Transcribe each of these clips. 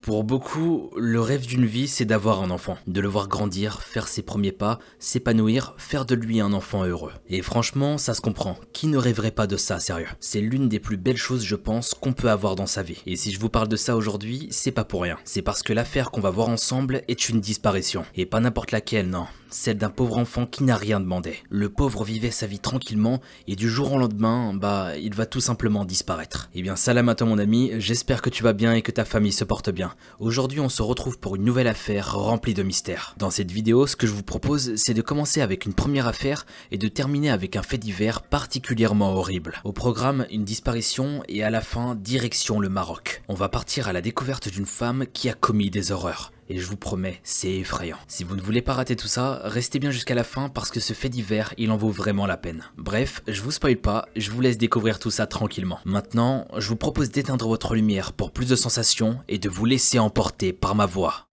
Pour beaucoup, le rêve d'une vie, c'est d'avoir un enfant, de le voir grandir, faire ses premiers pas, s'épanouir, faire de lui un enfant heureux. Et franchement, ça se comprend. Qui ne rêverait pas de ça, sérieux? C'est l'une des plus belles choses, je pense, qu'on peut avoir dans sa vie. Et si je vous parle de ça aujourd'hui, c'est pas pour rien. C'est parce que l'affaire qu'on va voir ensemble est une disparition. Et pas n'importe laquelle, non. Celle d'un pauvre enfant qui n'a rien demandé. Le pauvre vivait sa vie tranquillement et du jour au lendemain, il va tout simplement disparaître. Eh bien, salam à toi mon ami, j'espère que tu vas bien et que ta famille se porte bien. Aujourd'hui, on se retrouve pour une nouvelle affaire remplie de mystères. Dans cette vidéo, ce que je vous propose, c'est de commencer avec une première affaire et de terminer avec un fait divers particulièrement horrible. Au programme, une disparition et à la fin, direction le Maroc. On va partir à la découverte d'une femme qui a commis des horreurs. Et je vous promets, c'est effrayant. Si vous ne voulez pas rater tout ça, restez bien jusqu'à la fin parce que ce fait divers, il en vaut vraiment la peine. Bref, je vous spoil pas, je vous laisse découvrir tout ça tranquillement. Maintenant, je vous propose d'éteindre votre lumière pour plus de sensations et de vous laisser emporter par ma voix.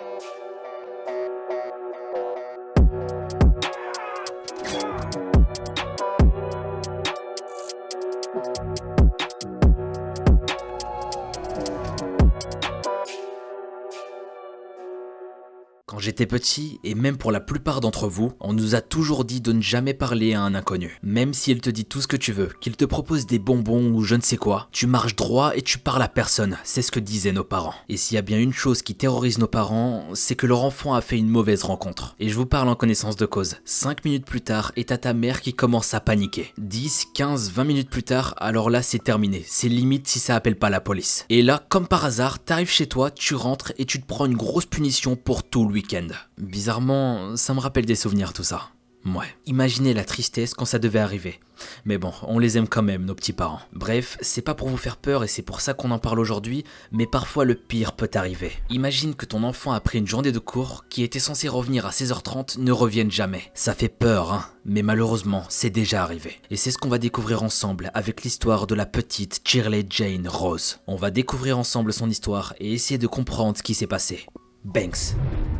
Quand j'étais petit, et même pour la plupart d'entre vous, on nous a toujours dit de ne jamais parler à un inconnu. Même s'il te dit tout ce que tu veux, qu'il te propose des bonbons ou je ne sais quoi, tu marches droit et tu parles à personne, c'est ce que disaient nos parents. Et s'il y a bien une chose qui terrorise nos parents, c'est que leur enfant a fait une mauvaise rencontre. Et je vous parle en connaissance de cause. 5 minutes plus tard, et t'as ta mère qui commence à paniquer. 10, 15, 20 minutes plus tard, alors là c'est terminé. C'est limite si ça appelle pas la police. Et là, comme par hasard, t'arrives chez toi, tu rentres et tu te prends une grosse punition pour tout le week-end. Bizarrement, ça me rappelle des souvenirs tout ça. Ouais. Imaginez la tristesse quand ça devait arriver. Mais bon, on les aime quand même, nos petits parents. Bref, c'est pas pour vous faire peur et c'est pour ça qu'on en parle aujourd'hui, mais parfois le pire peut arriver. Imagine que ton enfant après une journée de cours, qui était censé revenir à 16h30, ne revienne jamais. Ça fait peur, hein, mais malheureusement, c'est déjà arrivé. Et c'est ce qu'on va découvrir ensemble avec l'histoire de la petite Shirley Jane Rose. On va découvrir ensemble son histoire et essayer de comprendre ce qui s'est passé. Banks.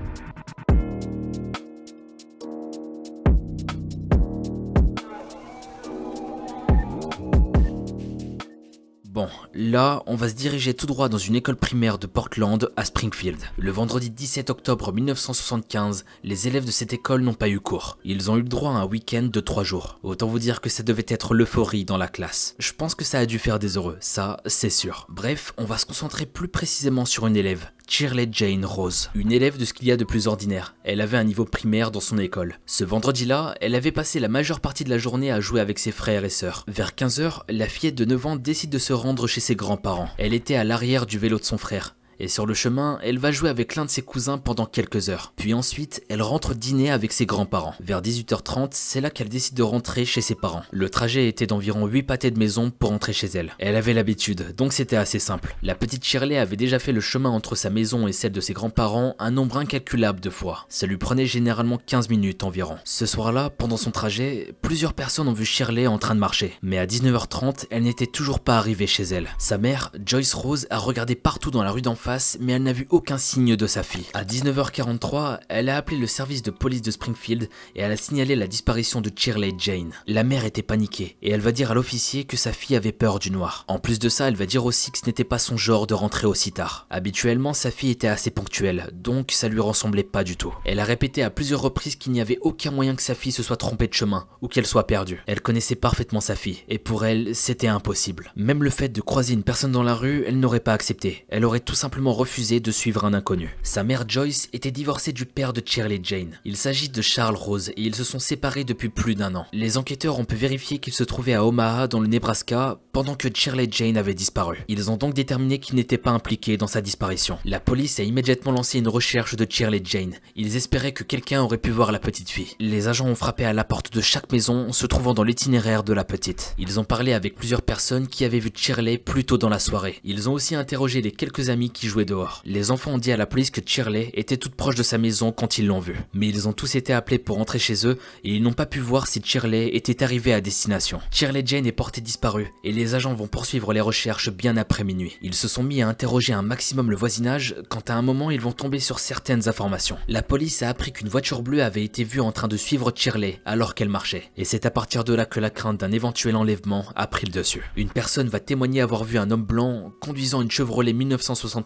Bon, là, on va se diriger tout droit dans une école primaire de Portland à Springfield. Le vendredi 17 octobre 1975, les élèves de cette école n'ont pas eu cours. Ils ont eu le droit à un week-end de 3 jours. Autant vous dire que ça devait être l'euphorie dans la classe. Je pense que ça a dû faire des heureux, ça, c'est sûr. Bref, on va se concentrer plus précisément sur une élève. Shirley Jane Rose, une élève de ce qu'il y a de plus ordinaire. Elle avait un niveau primaire dans son école. Ce vendredi-là, elle avait passé la majeure partie de la journée à jouer avec ses frères et sœurs. Vers 15h, la fillette de 9 ans décide de se rendre chez ses grands-parents. Elle était à l'arrière du vélo de son frère. Et sur le chemin, elle va jouer avec l'un de ses cousins pendant quelques heures. Puis ensuite, elle rentre dîner avec ses grands-parents. Vers 18h30, c'est là qu'elle décide de rentrer chez ses parents. Le trajet était d'environ 8 pâtés de maison pour rentrer chez elle. Elle avait l'habitude, donc c'était assez simple. La petite Shirley avait déjà fait le chemin entre sa maison et celle de ses grands-parents un nombre incalculable de fois. Ça lui prenait généralement 15 minutes environ. Ce soir-là, pendant son trajet, plusieurs personnes ont vu Shirley en train de marcher. Mais à 19h30, elle n'était toujours pas arrivée chez elle. Sa mère, Joyce Rose, a regardé partout dans la rue d'en face, mais elle n'a vu aucun signe de sa fille. À 19h43, elle a appelé le service de police de Springfield et elle a signalé la disparition de Shirley Jane. La mère était paniquée et elle va dire à l'officier que sa fille avait peur du noir. En plus de ça, elle va dire aussi que ce n'était pas son genre de rentrer aussi tard. Habituellement, sa fille était assez ponctuelle, donc ça lui ressemblait pas du tout. Elle a répété à plusieurs reprises qu'il n'y avait aucun moyen que sa fille se soit trompée de chemin ou qu'elle soit perdue. Elle connaissait parfaitement sa fille et pour elle, c'était impossible. Même le fait de croiser une personne dans la rue, elle n'aurait pas accepté. Elle aurait tout simplement refusé de suivre un inconnu. Sa mère Joyce était divorcée du père de Shirley Jane. Il s'agit de Charles Rose et ils se sont séparés depuis plus d'1 an. Les enquêteurs ont pu vérifier qu'il se trouvait à Omaha dans le Nebraska pendant que Shirley Jane avait disparu. Ils ont donc déterminé qu'il n'était pas impliqué dans sa disparition. La police a immédiatement lancé une recherche de Shirley Jane. Ils espéraient que quelqu'un aurait pu voir la petite fille. Les agents ont frappé à la porte de chaque maison se trouvant dans l'itinéraire de la petite. Ils ont parlé avec plusieurs personnes qui avaient vu Shirley plus tôt dans la soirée. Ils ont aussi interrogé les quelques amis qui jouaient dehors. Les enfants ont dit à la police que Shirley était toute proche de sa maison quand ils l'ont vue. Mais ils ont tous été appelés pour rentrer chez eux et ils n'ont pas pu voir si Shirley était arrivée à destination. Shirley Jane est portée disparue et les agents vont poursuivre les recherches bien après minuit. Ils se sont mis à interroger un maximum le voisinage quand à un moment ils vont tomber sur certaines informations. La police a appris qu'une voiture bleue avait été vue en train de suivre Shirley alors qu'elle marchait. Et c'est à partir de là que la crainte d'un éventuel enlèvement a pris le dessus. Une personne va témoigner avoir vu un homme blanc conduisant une Chevrolet 1969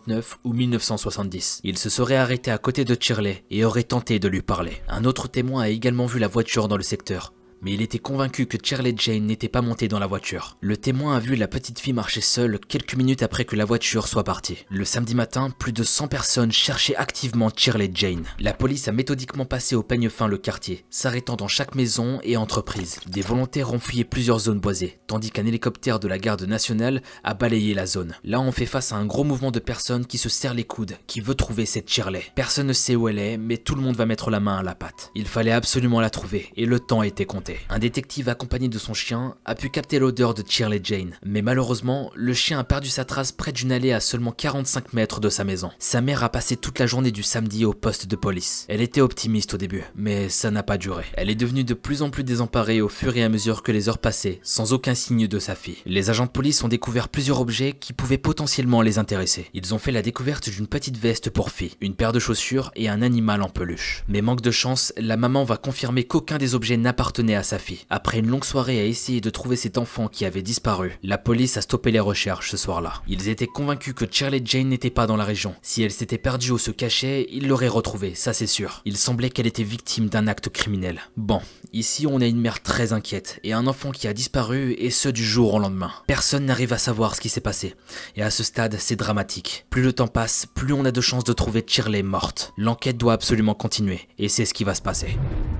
1969 ou 1970. Il se serait arrêté à côté de Shirley et aurait tenté de lui parler. Un autre témoin a également vu la voiture dans le secteur, mais il était convaincu que Shirley Jane n'était pas montée dans la voiture. Le témoin a vu la petite fille marcher seule quelques minutes après que la voiture soit partie. Le samedi matin, plus de 100 personnes cherchaient activement Shirley Jane. La police a méthodiquement passé au peigne fin le quartier, s'arrêtant dans chaque maison et entreprise. Des volontaires ont fouillé plusieurs zones boisées, tandis qu'un hélicoptère de la garde nationale a balayé la zone. Là, on fait face à un gros mouvement de personnes qui se serrent les coudes, qui veut trouver cette Shirley. Personne ne sait où elle est, mais tout le monde va mettre la main à la pâte. Il fallait absolument la trouver, et le temps était compté. Un détective accompagné de son chien a pu capter l'odeur de Shirley Jane, mais malheureusement, le chien a perdu sa trace près d'une allée à seulement 45 mètres de sa maison. Sa mère a passé toute la journée du samedi au poste de police. Elle était optimiste au début, mais ça n'a pas duré. Elle est devenue de plus en plus désemparée au fur et à mesure que les heures passaient, sans aucun signe de sa fille. Les agents de police ont découvert plusieurs objets qui pouvaient potentiellement les intéresser. Ils ont fait la découverte d'une petite veste pour fille, une paire de chaussures et un animal en peluche. Mais manque de chance, la maman va confirmer qu'aucun des objets n'appartenait à sa fille. Après une longue soirée à essayer de trouver cet enfant qui avait disparu, la police a stoppé les recherches ce soir-là. Ils étaient convaincus que Shirley Jane n'était pas dans la région. Si elle s'était perdue ou se cachait, ils l'auraient retrouvée, ça c'est sûr. Il semblait qu'elle était victime d'un acte criminel. Bon, ici on a une mère très inquiète et un enfant qui a disparu, et ce du jour au lendemain. Personne n'arrive à savoir ce qui s'est passé. Et à ce stade, c'est dramatique. Plus le temps passe, plus on a de chances de trouver Shirley morte. L'enquête doit absolument continuer, et c'est ce qui va se passer.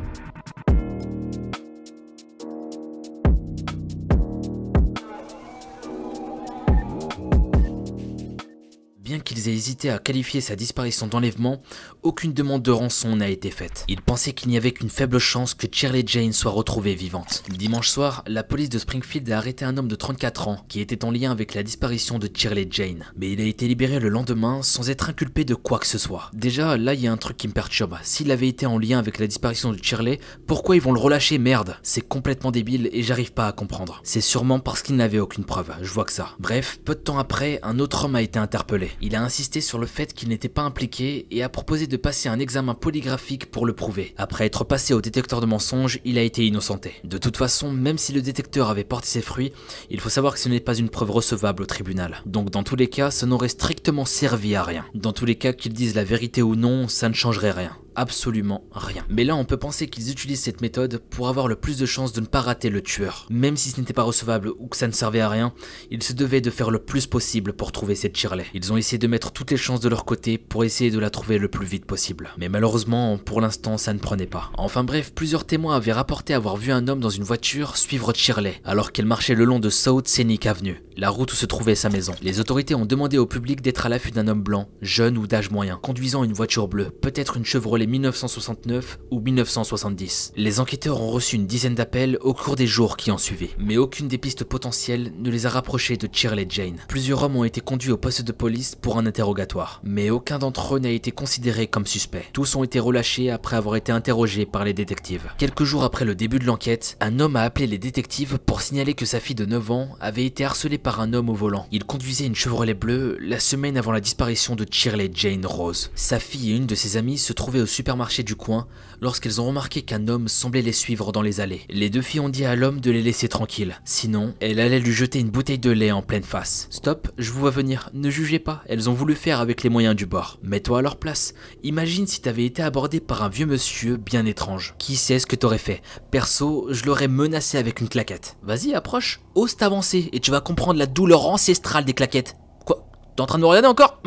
Bien qu'ils aient hésité à qualifier sa disparition d'enlèvement, aucune demande de rançon n'a été faite. Ils pensaient qu'il n'y avait qu'une faible chance que Shirley Jane soit retrouvée vivante. Dimanche soir, la police de Springfield a arrêté un homme de 34 ans qui était en lien avec la disparition de Shirley Jane. Mais il a été libéré le lendemain sans être inculpé de quoi que ce soit. Déjà, là il y a un truc qui me perturbe. S'il avait été en lien avec la disparition de Shirley, pourquoi ils vont le relâcher, merde? C'est complètement débile et j'arrive pas à comprendre. C'est sûrement parce qu'il n'avait aucune preuve, je vois que ça. Bref, peu de temps après, un autre homme a été interpellé. Il a insisté sur le fait qu'il n'était pas impliqué et a proposé de passer un examen polygraphique pour le prouver. Après être passé au détecteur de mensonges, il a été innocenté. De toute façon, même si le détecteur avait porté ses fruits, il faut savoir que ce n'est pas une preuve recevable au tribunal. Donc dans tous les cas, ça n'aurait strictement servi à rien. Dans tous les cas, qu'ils disent la vérité ou non, ça ne changerait rien. Absolument rien. Mais là on peut penser qu'ils utilisent cette méthode pour avoir le plus de chances de ne pas rater le tueur. Même si ce n'était pas recevable ou que ça ne servait à rien, ils se devaient de faire le plus possible pour trouver cette Shirley. Ils ont essayé de mettre toutes les chances de leur côté pour essayer de la trouver le plus vite possible. Mais malheureusement, pour l'instant ça ne prenait pas. Enfin bref, plusieurs témoins avaient rapporté avoir vu un homme dans une voiture suivre Shirley alors qu'elle marchait le long de South Scenic Avenue, la route où se trouvait sa maison. Les autorités ont demandé au public d'être à l'affût d'un homme blanc, jeune ou d'âge moyen, conduisant une voiture bleue, peut-être une Chevrolet 1969 ou 1970. Les enquêteurs ont reçu une dizaine d'appels au cours des jours qui ont suivi, mais aucune des pistes potentielles ne les a rapprochés de Shirley Jane. Plusieurs hommes ont été conduits au poste de police pour un interrogatoire, mais aucun d'entre eux n'a été considéré comme suspect. Tous ont été relâchés après avoir été interrogés par les détectives. Quelques jours après le début de l'enquête, un homme a appelé les détectives pour signaler que sa fille de 9 ans avait été harcelée par un homme au volant. Il conduisait une Chevrolet bleue la semaine avant la disparition de Shirley Jane Rose. Sa fille et une de ses amies se trouvaient au supermarché du coin lorsqu'elles ont remarqué qu'un homme semblait les suivre dans les allées. Les deux filles ont dit à l'homme de les laisser tranquilles, sinon elle allait lui jeter une bouteille de lait en pleine face. Stop, je vous vois venir, ne jugez pas, elles ont voulu faire avec les moyens du bord. Mets-toi à leur place, imagine si t'avais été abordé par un vieux monsieur bien étrange. Qui sait ce que t'aurais fait? Perso, je l'aurais menacé avec une claquette. Vas-y, approche, ose t'avancer et tu vas comprendre la douleur ancestrale des claquettes. Quoi? T'es en train de me regarder encore?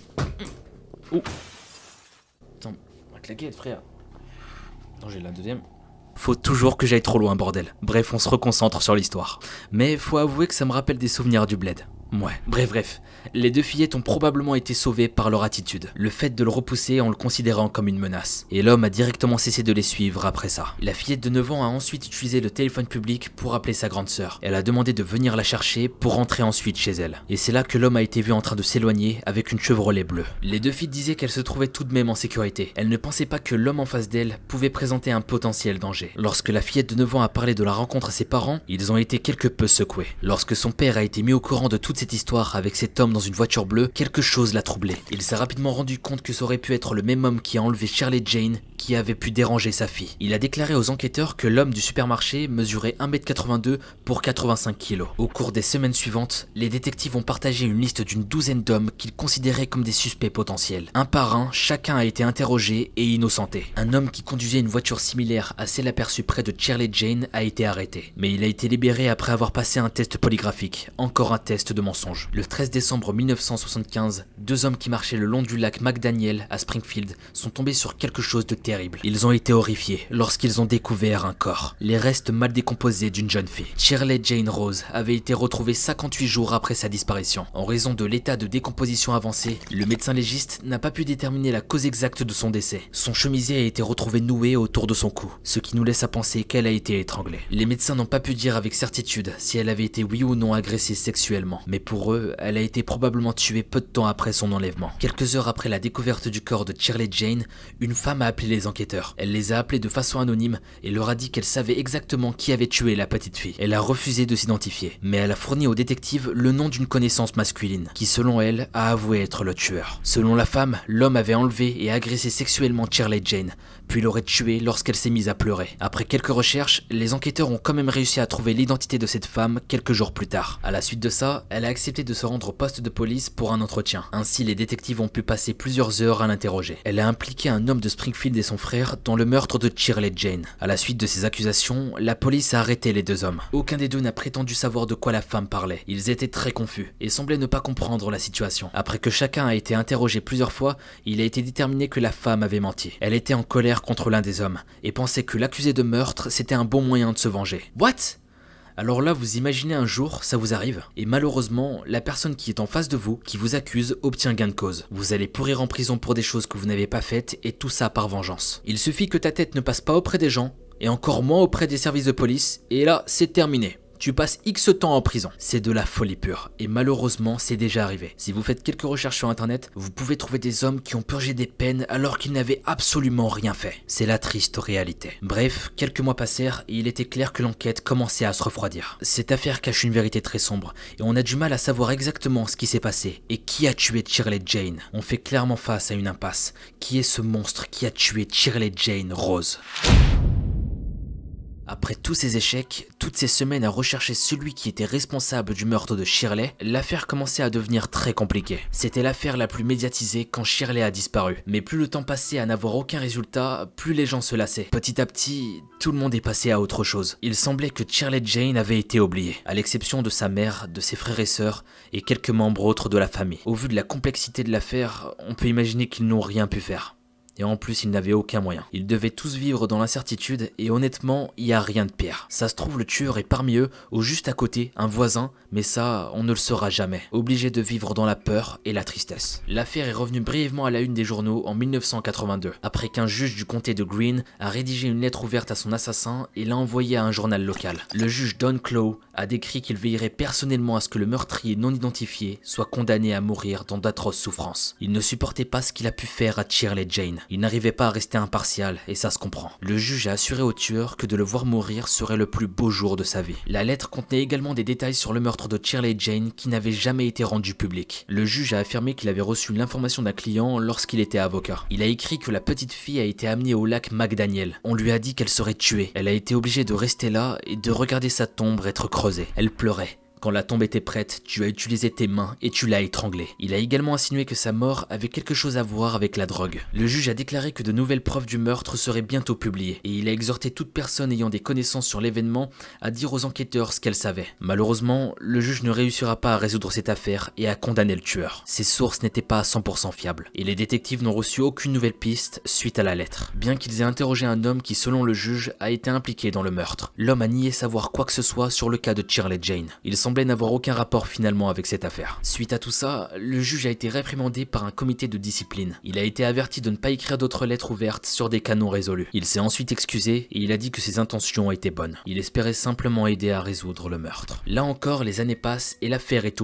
Ouh. Attends, ma claquette, frère. Attends, j'ai la deuxième. Faut toujours que j'aille trop loin, bordel. Bref, on se reconcentre sur l'histoire. Mais faut avouer que ça me rappelle des souvenirs du bled. Ouais, bref. Les deux fillettes ont probablement été sauvées par leur attitude. Le fait de le repousser en le considérant comme une menace. Et l'homme a directement cessé de les suivre après ça. La fillette de 9 ans a ensuite utilisé le téléphone public pour appeler sa grande sœur. Elle a demandé de venir la chercher pour rentrer ensuite chez elle. Et c'est là que l'homme a été vu en train de s'éloigner avec une Chevrolet bleue. Les deux filles disaient qu'elles se trouvaient tout de même en sécurité. Elles ne pensaient pas que l'homme en face d'elles pouvait présenter un potentiel danger. Lorsque la fillette de 9 ans a parlé de la rencontre à ses parents, ils ont été quelque peu secoués. Lorsque son père a été mis au courant de toutes ces cette histoire avec cet homme dans une voiture bleue, quelque chose l'a troublé. Il s'est rapidement rendu compte que ça aurait pu être le même homme qui a enlevé Shirley Jane, qui avait pu déranger sa fille. Il a déclaré aux enquêteurs que l'homme du supermarché mesurait 1m82 pour 85 kg. Au cours des semaines suivantes, les détectives ont partagé une liste d'une douzaine d'hommes qu'ils considéraient comme des suspects potentiels. Un par un, chacun a été interrogé et innocenté. Un homme qui conduisait une voiture similaire à celle aperçue près de Shirley Jane a été arrêté. Mais il a été libéré après avoir passé un test polygraphique, encore un test de mensonge. Le 13 décembre 1975, deux hommes qui marchaient le long du lac McDaniel à Springfield sont tombés sur quelque chose de terrible. Ils ont été horrifiés lorsqu'ils ont découvert un corps, les restes mal décomposés d'une jeune fille. Shirley Jane Rose avait été retrouvée 58 jours après sa disparition. En raison de l'état de décomposition avancé, le médecin légiste n'a pas pu déterminer la cause exacte de son décès. Son chemisier a été retrouvé noué autour de son cou, ce qui nous laisse à penser qu'elle a été étranglée. Les médecins n'ont pas pu dire avec certitude si elle avait été oui ou non agressée sexuellement, mais pour eux, elle a été probablement tuée peu de temps après son enlèvement. Quelques heures après la découverte du corps de Shirley Jane, une femme a appelé les enquêteurs. Elle les a appelés de façon anonyme et leur a dit qu'elle savait exactement qui avait tué la petite fille. Elle a refusé de s'identifier, mais elle a fourni aux détectives le nom d'une connaissance masculine, qui selon elle a avoué être le tueur. Selon la femme, l'homme avait enlevé et agressé sexuellement Shirley Jane, puis l'aurait tuée lorsqu'elle s'est mise à pleurer. Après quelques recherches, les enquêteurs ont quand même réussi à trouver l'identité de cette femme quelques jours plus tard. À la suite de ça, elle a accepté de se rendre au poste de police pour un entretien. Ainsi, les détectives ont pu passer plusieurs heures à l'interroger. Elle a impliqué un homme de Springfield et son frère dans le meurtre de Shirley Jane. À la suite de ces accusations, la police a arrêté les deux hommes. Aucun des deux n'a prétendu savoir de quoi la femme parlait. Ils étaient très confus et semblaient ne pas comprendre la situation. Après que chacun a été interrogé plusieurs fois, il a été déterminé que la femme avait menti. Elle était en colère contre l'un des hommes et pensait que l'accusé de meurtre c'était un bon moyen de se venger. What? Alors là, vous imaginez un jour, ça vous arrive, et malheureusement, la personne qui est en face de vous, qui vous accuse, obtient gain de cause. Vous allez pourrir en prison pour des choses que vous n'avez pas faites, et tout ça par vengeance. Il suffit que ta tête ne passe pas auprès des gens, et encore moins auprès des services de police, et là, c'est terminé. Tu passes X temps en prison. C'est de la folie pure. Et malheureusement, c'est déjà arrivé. Si vous faites quelques recherches sur internet, vous pouvez trouver des hommes qui ont purgé des peines alors qu'ils n'avaient absolument rien fait. C'est la triste réalité. Bref, quelques mois passèrent et il était clair que l'enquête commençait à se refroidir. Cette affaire cache une vérité très sombre et on a du mal à savoir exactement ce qui s'est passé et qui a tué Shirley Jane. On fait clairement face à une impasse. Qui est ce monstre qui a tué Shirley Jane Rose ? Après tous ces échecs, toutes ces semaines à rechercher celui qui était responsable du meurtre de Shirley, l'affaire commençait à devenir très compliquée. C'était l'affaire la plus médiatisée quand Shirley a disparu. Mais plus le temps passait à n'avoir aucun résultat, plus les gens se lassaient. Petit à petit, tout le monde est passé à autre chose. Il semblait que Shirley Jane avait été oubliée, à l'exception de sa mère, de ses frères et sœurs et quelques membres autres de la famille. Au vu de la complexité de l'affaire, on peut imaginer qu'ils n'ont rien pu faire. Et en plus, ils n'avaient aucun moyen. Ils devaient tous vivre dans l'incertitude et honnêtement, il n'y a rien de pire. Ça se trouve, le tueur est parmi eux, ou juste à côté, un voisin, mais ça, on ne le saura jamais. Obligé de vivre dans la peur et la tristesse. L'affaire est revenue brièvement à la une des journaux en 1982, après qu'un juge du comté de Greene a rédigé une lettre ouverte à son assassin et l'a envoyée à un journal local. Le juge Don Clow a décrit qu'il veillerait personnellement à ce que le meurtrier non identifié soit condamné à mourir dans d'atroces souffrances. Il ne supportait pas ce qu'il a pu faire à Shirley Jane. Il n'arrivait pas à rester impartial, et ça se comprend. Le juge a assuré au tueur que de le voir mourir serait le plus beau jour de sa vie. La lettre contenait également des détails sur le meurtre de Shirley Jane qui n'avait jamais été rendu public. Le juge a affirmé qu'il avait reçu l'information d'un client lorsqu'il était avocat. Il a écrit que la petite fille a été amenée au lac McDaniel. On lui a dit qu'elle serait tuée. Elle a été obligée de rester là et de regarder sa tombe être creusée. Elle pleurait. Quand la tombe était prête, tu as utilisé tes mains et tu l'as étranglée. Il a également insinué que sa mort avait quelque chose à voir avec la drogue. Le juge a déclaré que de nouvelles preuves du meurtre seraient bientôt publiées et il a exhorté toute personne ayant des connaissances sur l'événement à dire aux enquêteurs ce qu'elle savait. Malheureusement, le juge ne réussira pas à résoudre cette affaire et à condamner le tueur. Ses sources n'étaient pas à 100% fiables et les détectives n'ont reçu aucune nouvelle piste suite à la lettre. Bien qu'ils aient interrogé un homme qui, selon le juge, a été impliqué dans le meurtre, l'homme a nié savoir quoi que ce soit sur le cas de Shirley Jane. Il semblait n'avoir aucun rapport finalement avec cette affaire. Suite à tout ça, le juge a été réprimandé par un comité de discipline. Il a été averti de ne pas écrire d'autres lettres ouvertes sur des cas non résolus. Il s'est ensuite excusé et il a dit que ses intentions étaient bonnes. Il espérait simplement aider à résoudre le meurtre. Là encore, les années passent et l'affaire est oubliée.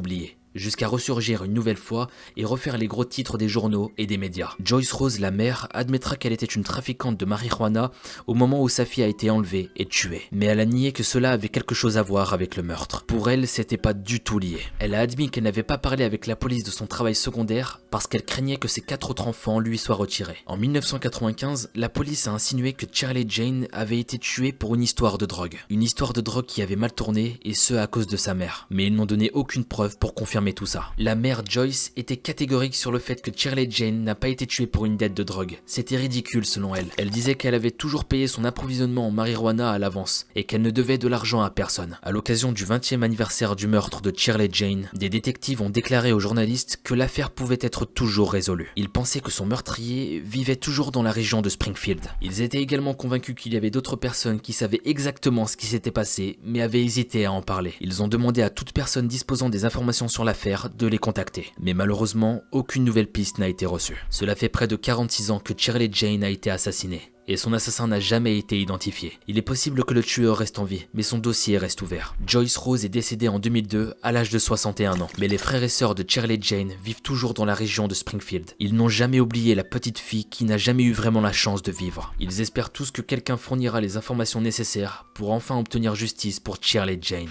jusqu'à ressurgir une nouvelle fois et refaire les gros titres des journaux et des médias. Joyce Rose, la mère, admettra qu'elle était une trafiquante de marijuana au moment où sa fille a été enlevée et tuée. Mais elle a nié que cela avait quelque chose à voir avec le meurtre. Pour elle, c'était pas du tout lié. Elle a admis qu'elle n'avait pas parlé avec la police de son travail secondaire parce qu'elle craignait que ses 4 autres enfants lui soient retirés. En 1995, la police a insinué que Shirley Jane avait été tuée pour une histoire de drogue. Une histoire de drogue qui avait mal tourné et ce à cause de sa mère. Mais ils n'ont donné aucune preuve pour confirmer tout ça. La mère Joyce était catégorique sur le fait que Shirley Jane n'a pas été tuée pour une dette de drogue. C'était ridicule selon elle. Elle disait qu'elle avait toujours payé son approvisionnement en marijuana à l'avance et qu'elle ne devait de l'argent à personne. À l'occasion du 20e anniversaire du meurtre de Shirley Jane, des détectives ont déclaré aux journalistes que l'affaire pouvait être toujours résolue. Ils pensaient que son meurtrier vivait toujours dans la région de Springfield. Ils étaient également convaincus qu'il y avait d'autres personnes qui savaient exactement ce qui s'était passé mais avaient hésité à en parler. Ils ont demandé à toute personne disposant des informations sur l'affaire de les contacter. Mais malheureusement, aucune nouvelle piste n'a été reçue. Cela fait près de 46 ans que Shirley Jane a été assassinée. Et son assassin n'a jamais été identifié. Il est possible que le tueur reste en vie, mais son dossier reste ouvert. Joyce Rose est décédée en 2002 à l'âge de 61 ans. Mais les frères et sœurs de Shirley Jane vivent toujours dans la région de Springfield. Ils n'ont jamais oublié la petite fille qui n'a jamais eu vraiment la chance de vivre. Ils espèrent tous que quelqu'un fournira les informations nécessaires pour enfin obtenir justice pour Shirley Jane.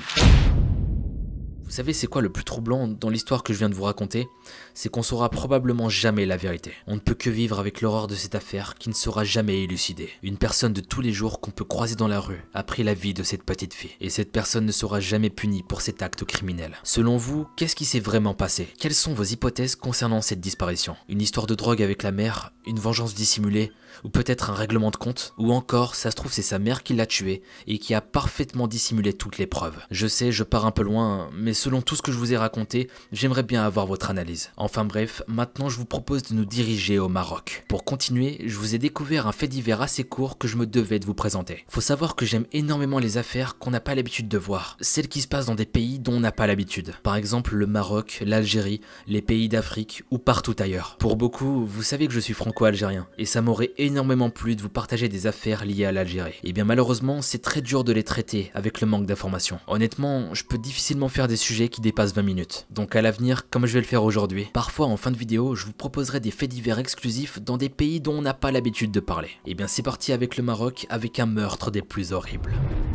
Vous savez c'est quoi le plus troublant dans l'histoire que je viens de vous raconter? C'est qu'on saura probablement jamais la vérité. On ne peut que vivre avec l'horreur de cette affaire qui ne sera jamais élucidée. Une personne de tous les jours qu'on peut croiser dans la rue a pris la vie de cette petite fille. Et cette personne ne sera jamais punie pour cet acte criminel. Selon vous, qu'est-ce qui s'est vraiment passé? Quelles sont vos hypothèses concernant cette disparition? Une histoire de drogue avec la mère? Une vengeance dissimulée? Ou peut-être un règlement de compte? Ou encore, ça se trouve c'est sa mère qui l'a tué et qui a parfaitement dissimulé toutes les preuves. Je sais, je pars un peu loin, mais selon tout ce que je vous ai raconté, j'aimerais bien avoir votre analyse. Enfin bref, maintenant je vous propose de nous diriger au Maroc. Pour continuer, je vous ai découvert un fait divers assez court que je me devais de vous présenter. Faut savoir que j'aime énormément les affaires qu'on n'a pas l'habitude de voir, celles qui se passent dans des pays dont on n'a pas l'habitude. Par exemple le Maroc, l'Algérie, les pays d'Afrique ou partout ailleurs. Pour beaucoup, vous savez que je suis franco-algérien et ça m'aurait énormément plu de vous partager des affaires liées à l'Algérie. Et bien malheureusement, c'est très dur de les traiter avec le manque d'informations. Honnêtement, je peux difficilement faire des sujets qui dépassent 20 minutes. Donc à l'avenir, comme je vais le faire aujourd'hui, parfois en fin de vidéo, je vous proposerai des faits divers exclusifs dans des pays dont on n'a pas l'habitude de parler. Et bien c'est parti avec le Maroc, avec un meurtre des plus horribles.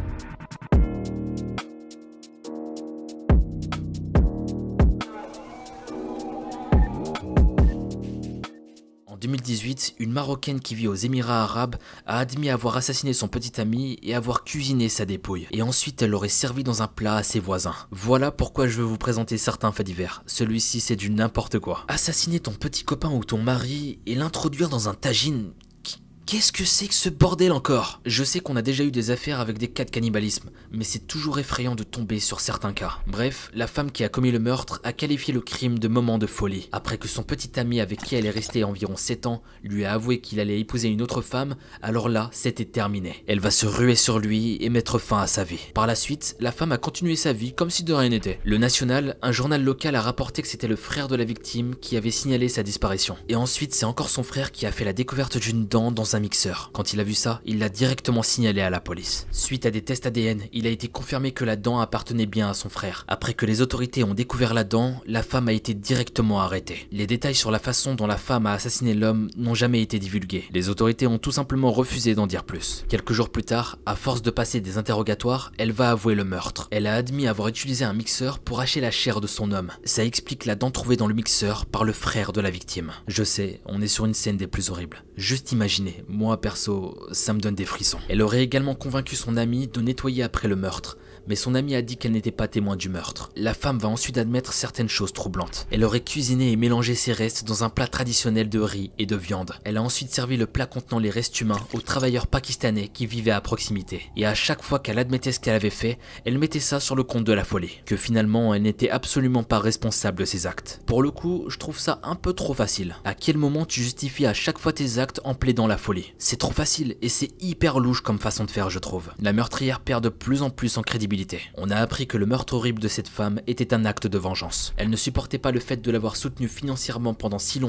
En 2018, une Marocaine qui vit aux Émirats Arabes a admis avoir assassiné son petit ami et avoir cuisiné sa dépouille. Et ensuite, elle l'aurait servi dans un plat à ses voisins. Voilà pourquoi je veux vous présenter certains faits divers. Celui-ci, c'est du n'importe quoi. Assassiner ton petit copain ou ton mari et l'introduire dans un tagine... Qu'est-ce que c'est que ce bordel encore? Je sais qu'on a déjà eu des affaires avec des cas de cannibalisme, mais c'est toujours effrayant de tomber sur certains cas. Bref, la femme qui a commis le meurtre a qualifié le crime de moment de folie. Après que son petit ami avec qui elle est restée environ 7 ans lui a avoué qu'il allait épouser une autre femme, alors là, c'était terminé. Elle va se ruer sur lui et mettre fin à sa vie. Par la suite, la femme a continué sa vie comme si de rien n'était. Le National, un journal local, a rapporté que c'était le frère de la victime qui avait signalé sa disparition. Et ensuite, c'est encore son frère qui a fait la découverte d'une dent dans un mixeur. Quand il a vu ça, il l'a directement signalé à la police. Suite à des tests ADN, il a été confirmé que la dent appartenait bien à son frère. Après que les autorités ont découvert la dent, la femme a été directement arrêtée. Les détails sur la façon dont la femme a assassiné l'homme n'ont jamais été divulgués. Les autorités ont tout simplement refusé d'en dire plus. Quelques jours plus tard, à force de passer des interrogatoires, elle va avouer le meurtre. Elle a admis avoir utilisé un mixeur pour hacher la chair de son homme. Ça explique la dent trouvée dans le mixeur par le frère de la victime. Je sais, on est sur une scène des plus horribles. Juste imaginez, moi perso, ça me donne des frissons. Elle aurait également convaincu son ami de nettoyer après le meurtre, mais son ami a dit qu'elle n'était pas témoin du meurtre. La femme va ensuite admettre certaines choses troublantes. Elle aurait cuisiné et mélangé ses restes dans un plat traditionnel de riz et de viande. Elle a ensuite servi le plat contenant les restes humains aux travailleurs pakistanais qui vivaient à proximité. Et à chaque fois qu'elle admettait ce qu'elle avait fait, elle mettait ça sur le compte de la folie. Que finalement, elle n'était absolument pas responsable de ses actes. Pour le coup, je trouve ça un peu trop facile. À quel moment tu justifies à chaque fois tes actes en plaidant la folie? C'est trop facile et c'est hyper louche comme façon de faire, je trouve. La meurtrière perd de plus en plus en crédibilité. On a appris que le meurtre horrible de cette femme était un acte de vengeance. Elle ne supportait pas le fait de l'avoir soutenue financièrement pendant si longtemps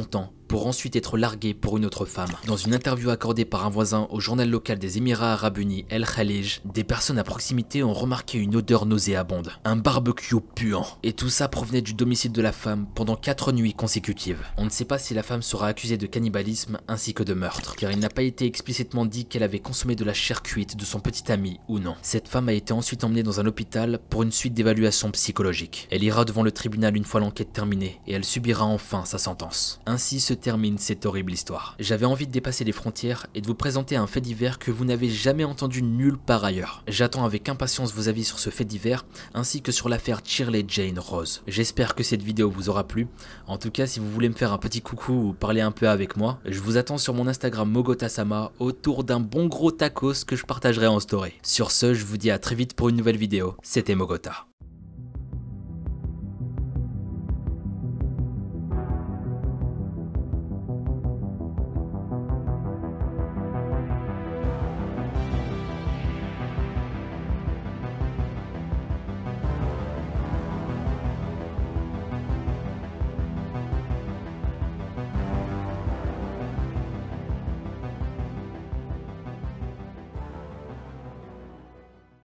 pour ensuite être larguée pour une autre femme. Dans une interview accordée par un voisin au journal local des Émirats Arabes Unis, El Khalij, des personnes à proximité ont remarqué une odeur nauséabonde, un barbecue puant. Et tout ça provenait du domicile de la femme pendant 4 nuits consécutives. On ne sait pas si la femme sera accusée de cannibalisme ainsi que de meurtre, car il n'a pas été explicitement dit qu'elle avait consommé de la chair cuite de son petit ami ou non. Cette femme a été ensuite emmenée dans un hôpital pour une suite d'évaluation psychologique. Elle ira devant le tribunal une fois l'enquête terminée et elle subira enfin sa sentence. Ainsi se termine cette horrible histoire. J'avais envie de dépasser les frontières et de vous présenter un fait divers que vous n'avez jamais entendu nulle part ailleurs. J'attends avec impatience vos avis sur ce fait divers ainsi que sur l'affaire Shirley Jane Rose. J'espère que cette vidéo vous aura plu. En tout cas, si vous voulez me faire un petit coucou ou parler un peu avec moi, je vous attends sur mon Instagram Mogotasama autour d'un bon gros tacos que je partagerai en story. Sur ce, je vous dis à très vite pour une nouvelle vidéo. C'était Mogota.